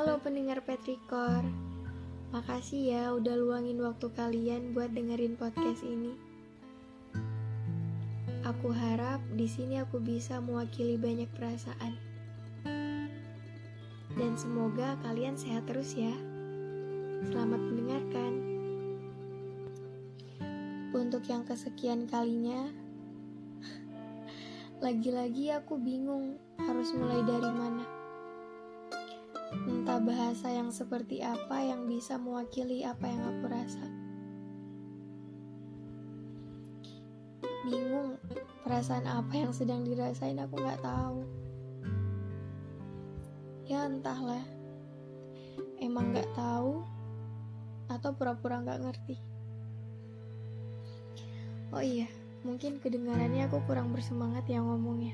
Halo pendengar Petrikor, makasih ya udah luangin waktu kalian buat dengerin podcast ini. Aku harap di sini aku bisa mewakili banyak perasaan. Dan semoga kalian sehat terus ya. Selamat mendengarkan. Untuk yang kesekian kalinya, lagi-lagi aku bingung harus mulai dari mana. Entah bahasa yang seperti apa yang bisa mewakili apa yang aku rasa. Bingung, perasaan apa yang sedang dirasain aku gak tahu. Ya entahlah, emang gak tahu atau pura-pura gak ngerti. Oh iya, mungkin kedengarannya aku kurang bersemangat ya ngomongnya.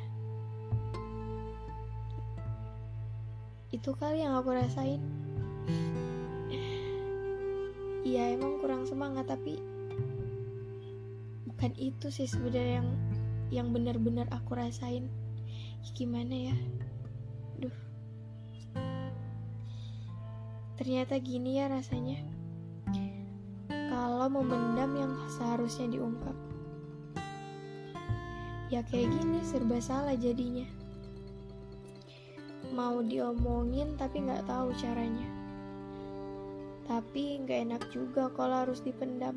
Itu kali yang aku rasain. Iya emang kurang semangat, tapi bukan itu sih sebenarnya yang benar-benar aku rasain. Gimana ya? Duh. Ternyata gini ya rasanya. Kalau memendam yang seharusnya diungkap. Ya kayak gini serba salah jadinya. Mau diomongin tapi gak tahu caranya. Tapi gak enak juga kalau harus dipendam.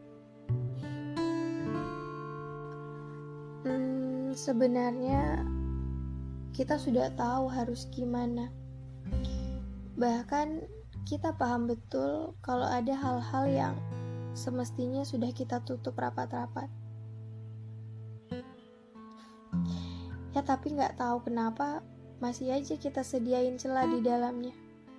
Sebenarnya kita sudah tahu harus gimana. Bahkan kita paham betul kalau ada hal-hal yang semestinya sudah kita tutup rapat-rapat. Ya tapi gak tahu kenapa masih aja kita sediain celah di dalamnya.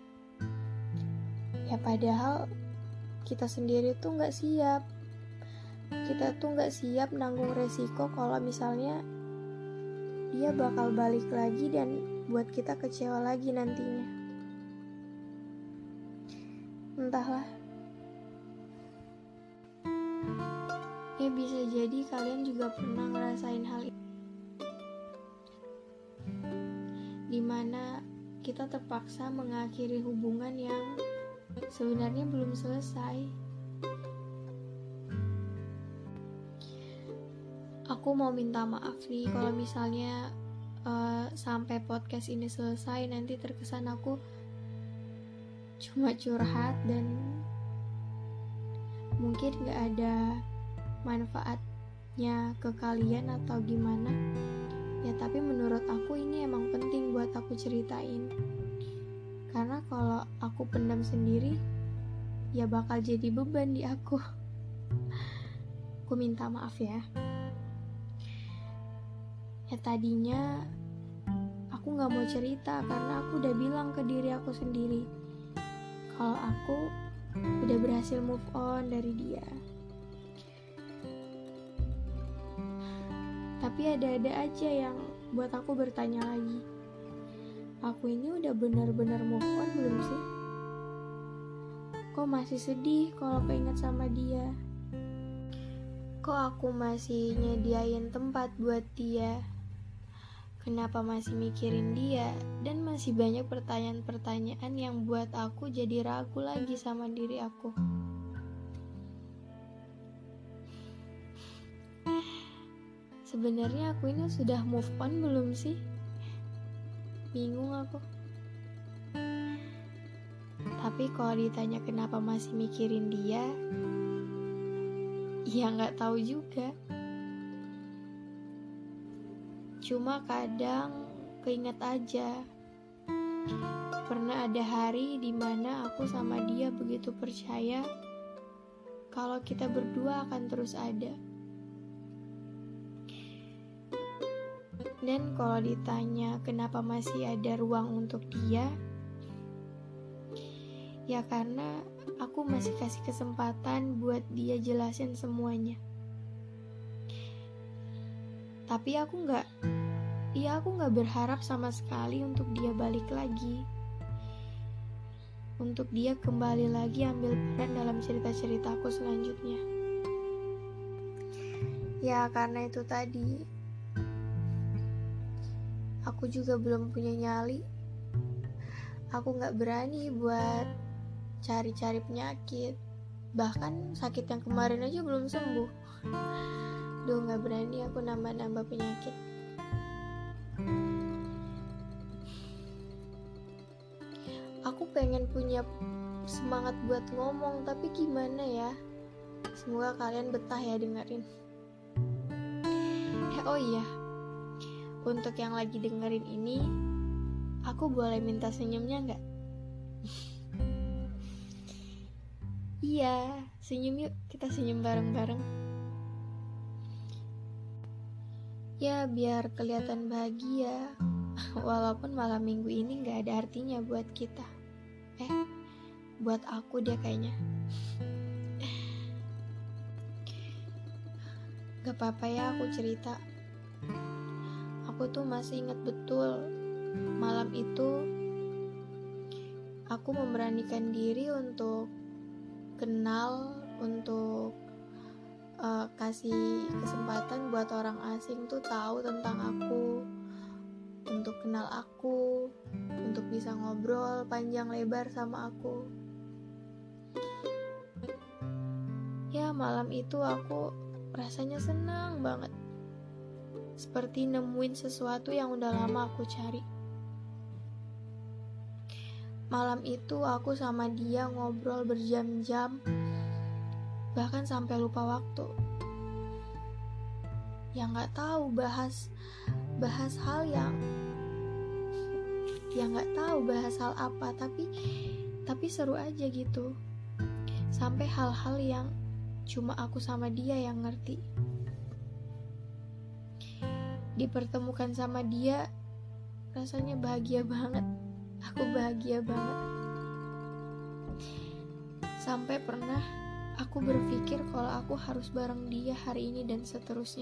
Ya padahal kita sendiri tuh gak siap. Kita tuh gak siap nanggung resiko kalau misalnya dia bakal balik lagi dan buat kita kecewa lagi nantinya. Entahlah. Ya bisa jadi kalian juga pernah ngerasain hal itu. Dimana kita terpaksa mengakhiri hubungan yang sebenarnya belum selesai. Aku mau minta maaf nih kalau misalnya sampai podcast ini selesai nanti terkesan aku cuma curhat dan mungkin gak ada manfaatnya ke kalian atau gimana. Ya tapi menurut aku ini emang penting buat aku ceritain. Karena kalau aku pendam sendiri, ya bakal jadi beban di aku. Aku minta maaf ya. Ya tadinya aku gak mau cerita karena aku udah bilang ke diri aku sendiri kalau aku udah berhasil move on dari dia. Tapi ada-ada aja yang buat aku bertanya lagi. Aku ini udah benar-benar move on belum sih? Kok masih sedih kalau keinget sama dia? Kok aku masih nyediain tempat buat dia? Kenapa masih mikirin dia? Dan masih banyak pertanyaan-pertanyaan yang buat aku jadi ragu lagi sama diri aku. Sebenarnya aku ini sudah move on belum sih? Bingung aku. Tapi kalau ditanya kenapa masih mikirin dia, ya gak tahu juga. Cuma kadang keinget aja. Pernah ada hari dimana aku sama dia begitu percaya kalau kita berdua akan terus ada. Dan kalau ditanya kenapa masih ada ruang untuk dia, ya karena aku masih kasih kesempatan buat dia jelasin semuanya. Tapi aku gak berharap sama sekali untuk dia balik lagi. Untuk dia kembali lagi ambil peran dalam cerita-ceritaku selanjutnya. Ya karena itu tadi, aku juga belum punya nyali Aku gak berani buat cari-cari penyakit. Bahkan sakit yang kemarin aja belum sembuh. Duh, gak berani aku nambah-nambah penyakit. Aku pengen punya semangat buat ngomong, tapi gimana ya? Semoga kalian betah ya dengerin. Oh iya, untuk yang lagi dengerin ini, aku boleh minta senyumnya nggak? Iya, senyum yuk, kita senyum bareng-bareng. Ya, biar kelihatan bahagia, walaupun malam minggu ini nggak ada artinya buat kita. Buat aku deh kayaknya. Gak apa-apa ya aku cerita. Aku tuh masih ingat betul malam itu aku memberanikan diri untuk kenal, untuk kasih kesempatan buat orang asing tuh tahu tentang aku, untuk kenal aku, untuk bisa ngobrol panjang lebar sama aku. Ya, malam itu aku rasanya senang banget, seperti nemuin sesuatu yang udah lama aku cari. Malam itu aku sama dia ngobrol berjam-jam, bahkan sampai lupa waktu. Yang gak tahu bahas hal yang gak tahu bahas hal apa, tapi seru aja gitu. Sampai hal-hal yang cuma aku sama dia yang ngerti. Dipertemukan sama dia, rasanya bahagia banget. Aku bahagia banget. Sampai pernah aku berpikir kalau aku harus bareng dia hari ini dan seterusnya.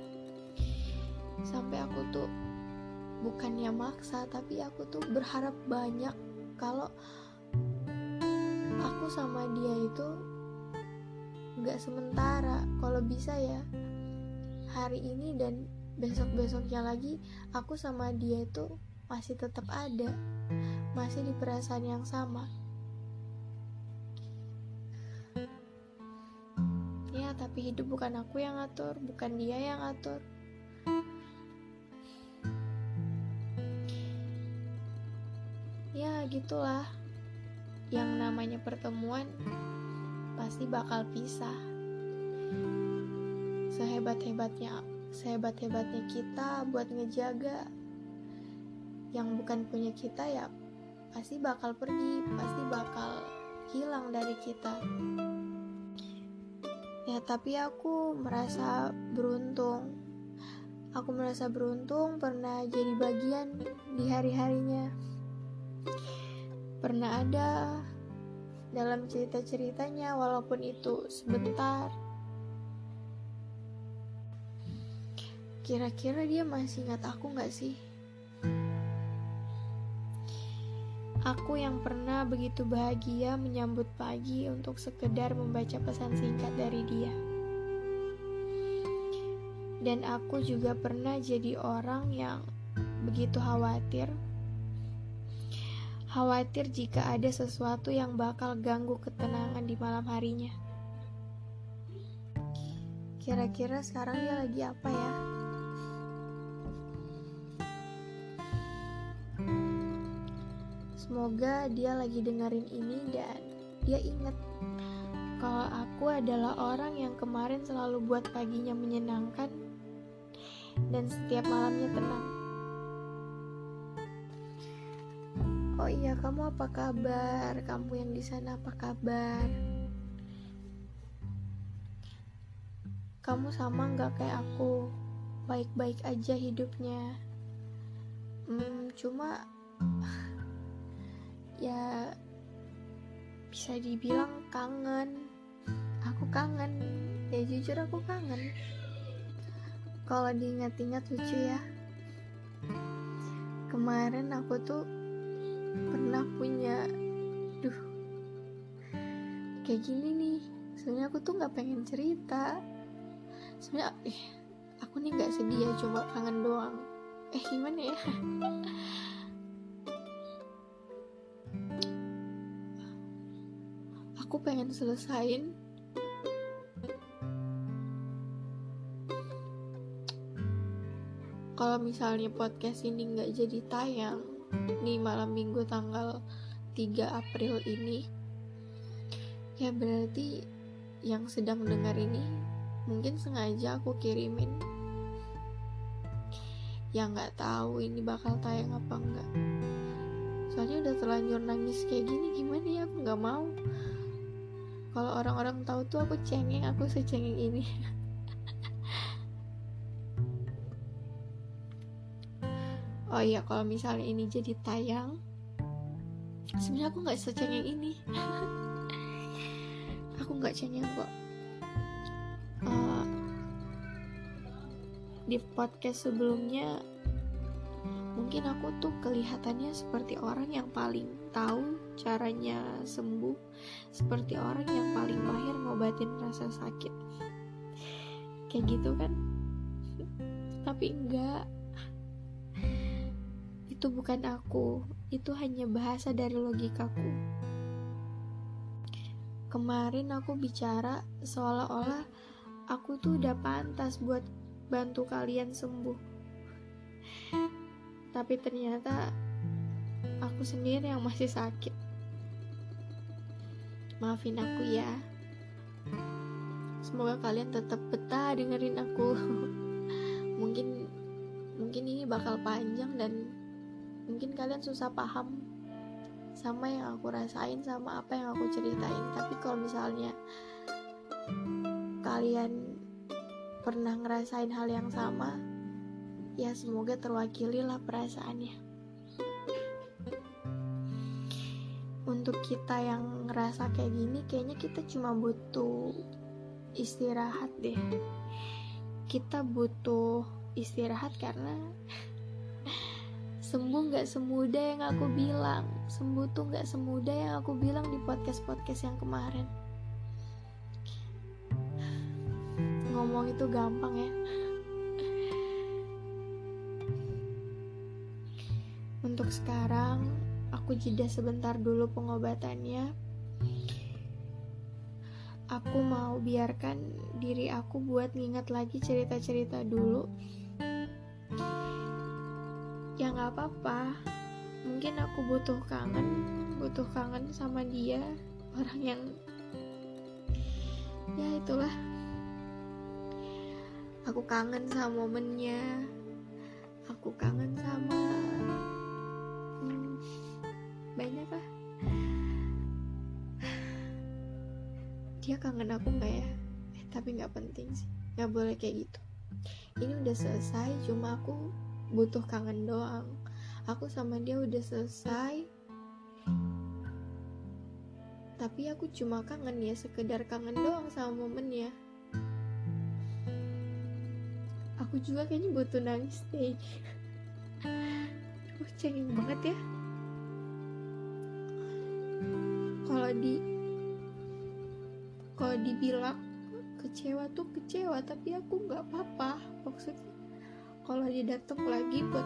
Sampai aku tuh bukannya maksa, tapi aku tuh berharap banyak kalau aku sama dia itu gak sementara. Kalau bisa ya hari ini dan besok-besoknya lagi aku sama dia itu masih tetap ada, masih di perasaan yang sama. Ya, tapi hidup bukan aku yang ngatur, bukan dia yang ngatur. Ya gitulah, yang namanya pertemuan pasti bakal pisah. Sehebat-hebatnya kita buat ngejaga yang bukan punya kita, ya pasti bakal pergi, pasti bakal hilang dari kita. Ya, tapi aku merasa beruntung. Aku merasa beruntung pernah jadi bagian di hari-harinya. Pernah ada dalam cerita-ceritanya, walaupun itu sebentar. Kira-kira dia masih ingat aku gak sih? Aku yang pernah begitu bahagia menyambut pagi untuk sekedar membaca pesan singkat dari dia. Dan aku juga pernah jadi orang yang begitu khawatir jika ada sesuatu yang bakal ganggu ketenangan di malam harinya. Kira-kira sekarang dia lagi apa ya? Semoga dia lagi dengerin ini dan dia ingat kalau aku adalah orang yang kemarin selalu buat paginya menyenangkan dan setiap malamnya tenang. Oh iya, kamu apa kabar? Kamu yang di sana apa kabar? Kamu sama gak kayak aku? Baik-baik aja hidupnya. Cuma ya bisa dibilang kangen. Aku kangen. Ya jujur aku kangen. Kalau diingat-ingat lucu ya. Kemarin aku tuh pernah punya kayak gini nih. Sebenarnya aku tuh gak pengen cerita. Sebenarnya aku nih gak sedih ya, cuma kangen doang. Gimana ya? aku pengen selesain kalau misalnya podcast ini gak jadi tayang di malam minggu tanggal 3 April ini, ya berarti yang sedang dengar ini mungkin sengaja aku kirimin. Ya gak tahu ini bakal tayang apa enggak. Soalnya udah terlanjur nangis kayak gini, gimana ya, aku gak mau. Kalau orang-orang tahu tuh aku cengeng, aku secengeng ini. Oh iya, kalau misalnya ini jadi tayang, sebenarnya aku nggak secengeng ini. Aku nggak cengeng kok. Di podcast sebelumnya mungkin aku tuh kelihatannya seperti orang yang paling tahu caranya sembuh, seperti orang yang paling mahir ngobatin rasa sakit, kayak gitu kan. Tapi enggak, itu bukan aku, itu hanya bahasa dari logikaku. Kemarin aku bicara seolah-olah aku tuh udah pantas buat bantu kalian sembuh. Tapi ternyata aku sendiri yang masih sakit. Maafin aku ya. Semoga kalian tetap betah dengerin aku. Mungkin ini bakal panjang dan mungkin kalian susah paham sama yang aku rasain, sama apa yang aku ceritain. Tapi kalau misalnya kalian pernah ngerasain hal yang sama, ya semoga terwakili lah perasaannya. Untuk kita yang ngerasa kayak gini, kayaknya kita cuma butuh istirahat deh. Kita butuh istirahat karena sembuh gak semudah yang aku bilang. Sembuh tuh gak semudah yang aku bilang di podcast-podcast yang kemarin. Ngomong itu gampang ya. Untuk sekarang, aku jeda sebentar dulu pengobatannya. Aku mau biarkan diri aku buat nginget lagi cerita-cerita dulu. Ya gak apa-apa, mungkin aku butuh kangen sama dia, orang yang ya itulah. Aku kangen sama momennya, aku kangen sama banyak lah. Dia kangen aku gak ya? Tapi gak penting sih, gak boleh kayak gitu. Ini udah selesai, cuma aku butuh kangen doang. Aku sama dia udah selesai, tapi aku cuma kangen ya, sekedar kangen doang sama momennya. Aku juga kayaknya butuh nangis deh. Cengeng banget ya. Kalau dibilang kecewa tuh kecewa, tapi aku nggak apa-apa. Maksudnya kalau dia datang lagi buat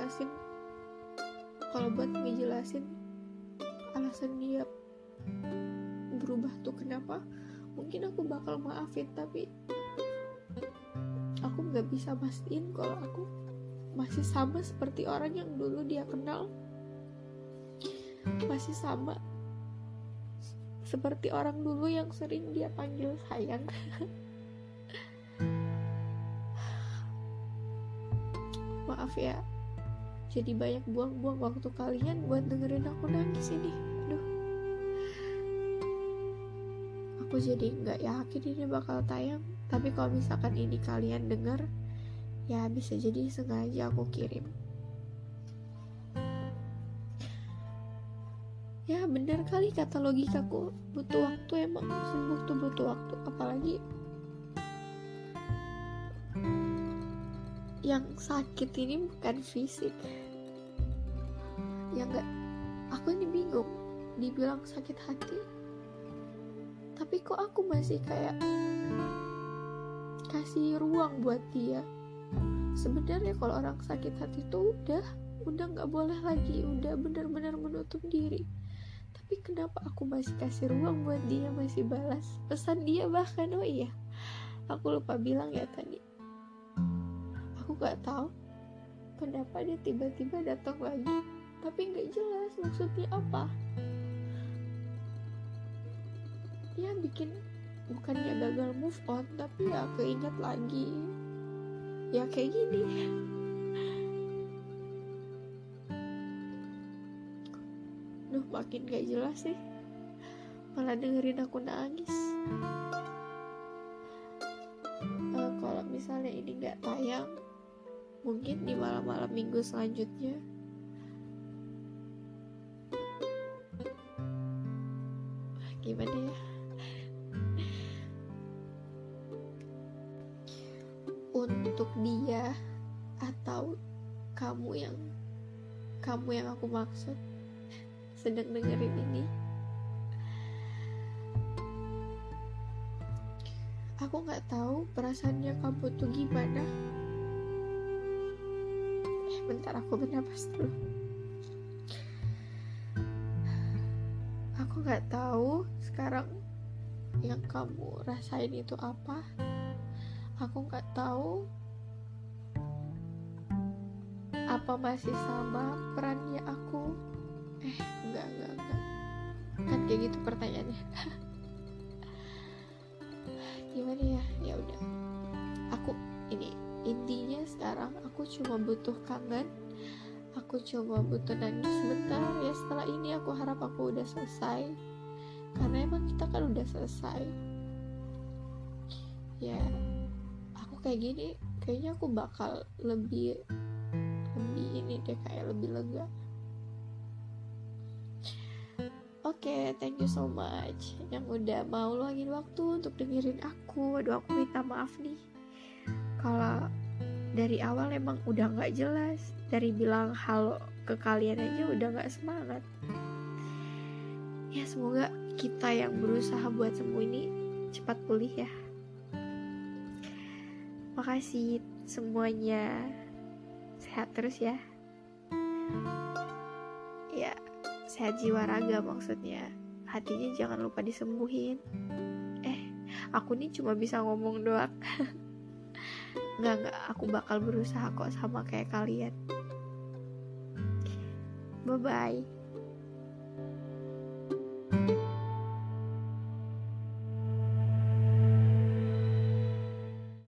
ngejelasin alasan dia berubah tuh kenapa, mungkin aku bakal maafin, tapi aku nggak bisa pastiin kalau aku masih sama seperti orang yang dulu dia kenal, masih sama seperti orang dulu yang sering dia panggil sayang. Maaf ya, jadi banyak buang-buang waktu kalian buat dengerin aku nangis ini. Aduh, aku jadi gak yakin ini bakal tayang. Tapi kalau misalkan ini kalian denger, ya bisa jadi sengaja aku kirim. Ya benar kali kata logikaku, butuh waktu. Emang sembuh tuh butuh waktu. Apalagi yang sakit ini bukan fisik. Ya enggak, aku ini bingung. Dibilang sakit hati, tapi kok aku masih kayak kasih ruang buat dia. Sebenarnya kalau orang sakit hati tuh udah nggak boleh lagi, udah benar-benar menutup diri. Tapi Tapi kenapa aku masih kasih ruang buat dia, masih balas pesan dia bahkan. Oh iya, aku lupa bilang ya tadi, aku gak tahu kenapa dia tiba-tiba datang lagi, tapi gak jelas maksudnya apa. Ya bikin bukannya gagal move on, tapi ya keinget lagi. Ya kayak gini. Duh, makin gak jelas sih. Malah dengerin aku nangis. Kalau misalnya ini gak tayang, mungkin di malam-malam minggu selanjutnya. Gimana ya? Untuk dia atau kamu yang aku maksud sedang dengerin ini, aku nggak tahu perasaannya kamu tuh gimana. Bentar, aku bernapas dulu. Aku nggak tahu sekarang yang kamu rasain itu apa. Aku nggak tahu apa masih sama perannya aku. Enggak. Kan kayak gitu pertanyaannya. Gimana ya? Ya udah. Aku ini intinya sekarang aku cuma butuh kangen. Aku cuma butuh nangis sebentar. Ya setelah ini aku harap aku udah selesai. Karena emang kita kan udah selesai. Ya, aku kayak gini kayaknya aku bakal lebih ini deh, kayak lebih lega. Oke, thank you so much yang udah mau luangin waktu untuk dengerin aku. Aduh, aku minta maaf nih kalau dari awal emang udah gak jelas. Dari bilang halo ke kalian aja udah gak semangat. Ya semoga kita yang berusaha buat sembuh ini cepat pulih ya. Makasih semuanya. Sehat terus ya. Ya, sehat jiwa raga maksudnya. Hatinya jangan lupa disembuhin. Aku nih cuma bisa ngomong doang. Enggak, aku bakal berusaha kok sama kayak kalian. Bye-bye.